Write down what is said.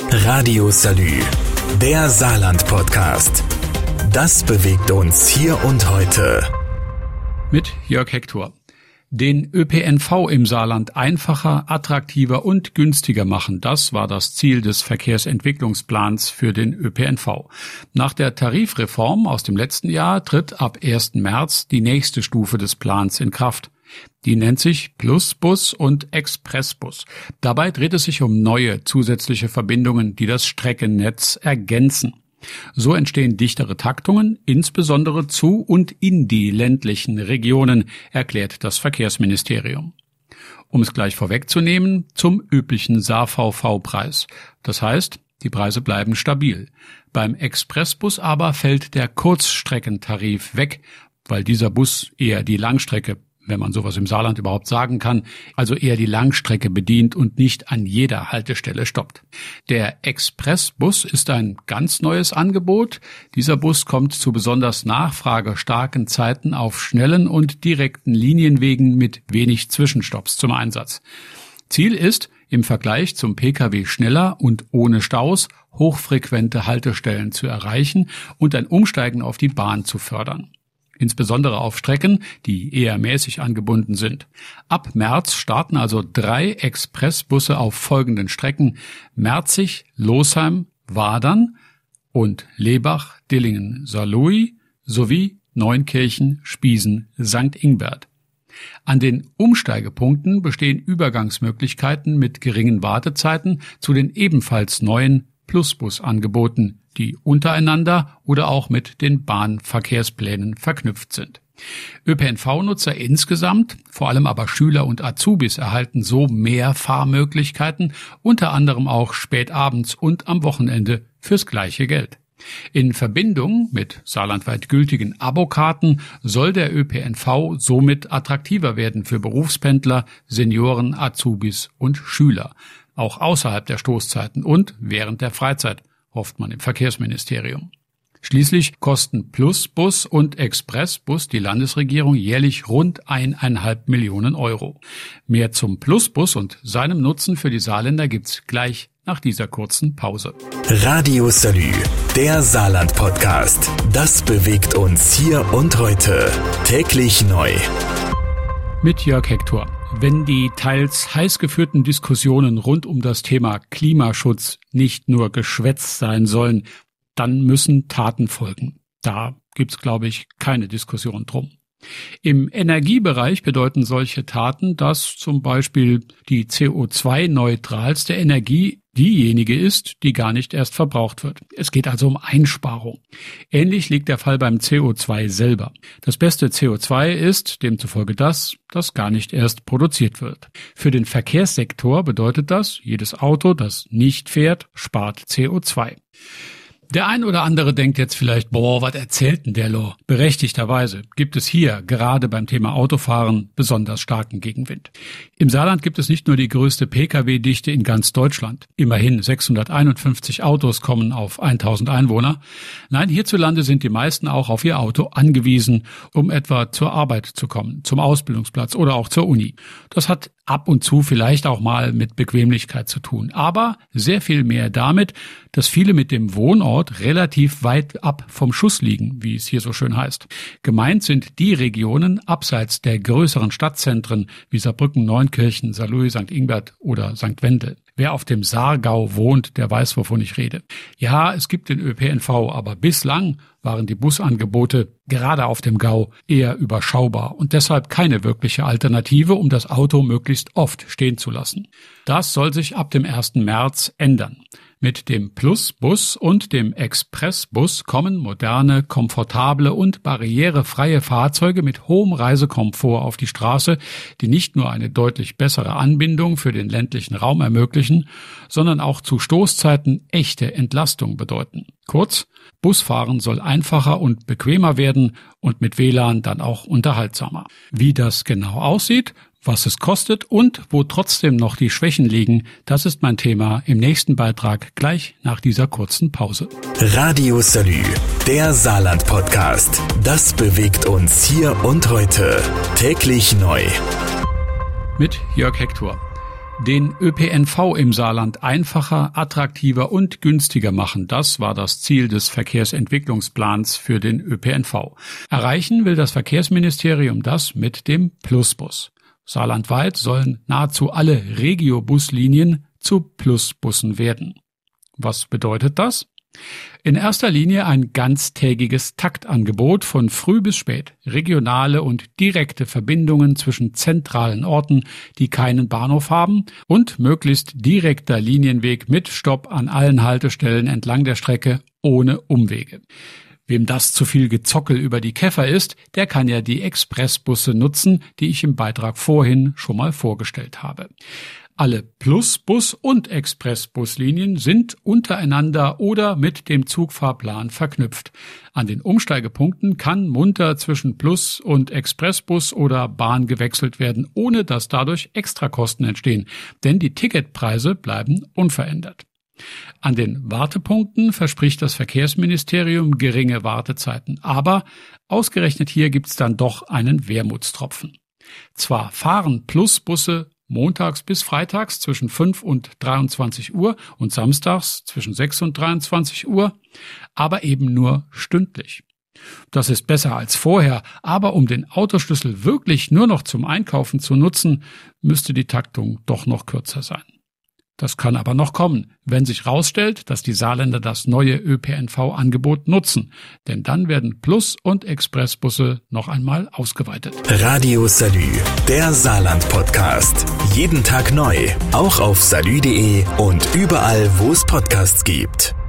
Radio Salü, der Saarland-Podcast. Das bewegt uns hier und heute. Mit Jörg Hector. Den ÖPNV im Saarland einfacher, attraktiver und günstiger machen, das war das Ziel des Verkehrsentwicklungsplans für den ÖPNV. Nach der Tarifreform aus dem letzten Jahr tritt ab 1. März die nächste Stufe des Plans in Kraft. Die nennt sich Plusbus und Expressbus. Dabei dreht es sich um neue zusätzliche Verbindungen, die das Streckennetz ergänzen. So entstehen dichtere Taktungen, insbesondere zu und in die ländlichen Regionen, erklärt das Verkehrsministerium. Um es gleich vorwegzunehmen, zum üblichen SaVV-Preis. Das heißt, die Preise bleiben stabil. Beim Expressbus aber fällt der Kurzstreckentarif weg, weil dieser Bus eher die Langstrecke, wenn man sowas im Saarland überhaupt sagen kann, also eher die Langstrecke bedient und nicht an jeder Haltestelle stoppt. Der Expressbus ist ein ganz neues Angebot. Dieser Bus kommt zu besonders nachfragestarken Zeiten auf schnellen und direkten Linienwegen mit wenig Zwischenstopps zum Einsatz. Ziel ist, im Vergleich zum Pkw schneller und ohne Staus hochfrequente Haltestellen zu erreichen und ein Umsteigen auf die Bahn zu fördern. Insbesondere auf Strecken, die eher mäßig angebunden sind. Ab März starten also 3 Expressbusse auf folgenden Strecken: Merzig, Losheim, Wadern und Lebach, Dillingen, Saarlouis sowie Neunkirchen, Spiesen, St. Ingbert. An den Umsteigepunkten bestehen Übergangsmöglichkeiten mit geringen Wartezeiten zu den ebenfalls neuen Plusbus-Angeboten, die untereinander oder auch mit den Bahnverkehrsplänen verknüpft sind. ÖPNV-Nutzer insgesamt, vor allem aber Schüler und Azubis, erhalten so mehr Fahrmöglichkeiten, unter anderem auch spätabends und am Wochenende fürs gleiche Geld. In Verbindung mit saarlandweit gültigen Abokarten soll der ÖPNV somit attraktiver werden für Berufspendler, Senioren, Azubis und Schüler, auch außerhalb der Stoßzeiten und während der Freizeit, hofft man im Verkehrsministerium. Schließlich kosten Plusbus und Expressbus die Landesregierung jährlich rund 1,5 Millionen Euro. Mehr zum Plusbus und seinem Nutzen für die Saarländer gibt's gleich nach dieser kurzen Pause. Radio Salü, der Saarland-Podcast. Das bewegt uns hier und heute. Täglich neu. Mit Jörg Hector. Wenn die teils heiß geführten Diskussionen rund um das Thema Klimaschutz nicht nur Geschwätz sein sollen, dann müssen Taten folgen. Da gibt's, glaube ich, keine Diskussion drum. Im Energiebereich bedeuten solche Taten, dass zum Beispiel die CO2-neutralste Energie diejenige ist, die gar nicht erst verbraucht wird. Es geht also um Einsparung. Ähnlich liegt der Fall beim CO2 selber. Das beste CO2 ist demzufolge das gar nicht erst produziert wird. Für den Verkehrssektor bedeutet das, jedes Auto, das nicht fährt, spart CO2. Der ein oder andere denkt jetzt vielleicht, was erzählt denn der Lo? Berechtigterweise gibt es hier, gerade beim Thema Autofahren, besonders starken Gegenwind. Im Saarland gibt es nicht nur die größte Pkw-Dichte in ganz Deutschland. Immerhin 651 Autos kommen auf 1000 Einwohner. Nein, hierzulande sind die meisten auch auf ihr Auto angewiesen, um etwa zur Arbeit zu kommen, zum Ausbildungsplatz oder auch zur Uni. Das hat ab und zu vielleicht auch mal mit Bequemlichkeit zu tun, aber sehr viel mehr damit, dass viele mit dem Wohnort relativ weit ab vom Schuss liegen, wie es hier so schön heißt. Gemeint sind die Regionen abseits der größeren Stadtzentren wie Saarbrücken, Neunkirchen, Saarlouis, St. Ingbert oder St. Wendel. Wer auf dem Saargau wohnt, der weiß, wovon ich rede. Ja, es gibt den ÖPNV, aber bislang waren die Busangebote gerade auf dem Gau eher überschaubar und deshalb keine wirkliche Alternative, um das Auto möglichst oft stehen zu lassen. Das soll sich ab dem 1. März ändern. Mit dem Plusbus und dem Expressbus kommen moderne, komfortable und barrierefreie Fahrzeuge mit hohem Reisekomfort auf die Straße, die nicht nur eine deutlich bessere Anbindung für den ländlichen Raum ermöglichen, sondern auch zu Stoßzeiten echte Entlastung bedeuten. Kurz, Busfahren soll einfacher und bequemer werden und mit WLAN dann auch unterhaltsamer. Wie das genau aussieht, was es kostet und wo trotzdem noch die Schwächen liegen, das ist mein Thema im nächsten Beitrag gleich nach dieser kurzen Pause. Radio Salü, der Saarland-Podcast. Das bewegt uns hier und heute. Täglich neu. Mit Jörg Hector. Den ÖPNV im Saarland einfacher, attraktiver und günstiger machen, das war das Ziel des Verkehrsentwicklungsplans für den ÖPNV. Erreichen will das Verkehrsministerium das mit dem Plusbus. Saarlandweit sollen nahezu alle Regio-Buslinien zu Plusbussen werden. Was bedeutet das? In erster Linie ein ganztägiges Taktangebot von früh bis spät, regionale und direkte Verbindungen zwischen zentralen Orten, die keinen Bahnhof haben, und möglichst direkter Linienweg mit Stopp an allen Haltestellen entlang der Strecke ohne Umwege. Wem das zu viel Gezockel über die Käfer ist, der kann ja die Expressbusse nutzen, die ich im Beitrag vorhin schon mal vorgestellt habe. Alle Plusbus- und Expressbuslinien sind untereinander oder mit dem Zugfahrplan verknüpft. An den Umsteigepunkten kann munter zwischen Plus- und Expressbus oder Bahn gewechselt werden, ohne dass dadurch Extrakosten entstehen, denn die Ticketpreise bleiben unverändert. An den Wartepunkten verspricht das Verkehrsministerium geringe Wartezeiten, aber ausgerechnet hier gibt's dann doch einen Wermutstropfen. Zwar fahren Plusbusse montags bis freitags zwischen 5 und 23 Uhr und samstags zwischen 6 und 23 Uhr, aber eben nur stündlich. Das ist besser als vorher, aber um den Autoschlüssel wirklich nur noch zum Einkaufen zu nutzen, müsste die Taktung doch noch kürzer sein. Das kann aber noch kommen, wenn sich herausstellt, dass die Saarländer das neue ÖPNV-Angebot nutzen. Denn dann werden Plus- und Expressbusse noch einmal ausgeweitet. Radio Salü, der Saarland-Podcast. Jeden Tag neu, auch auf salü.de und überall, wo es Podcasts gibt.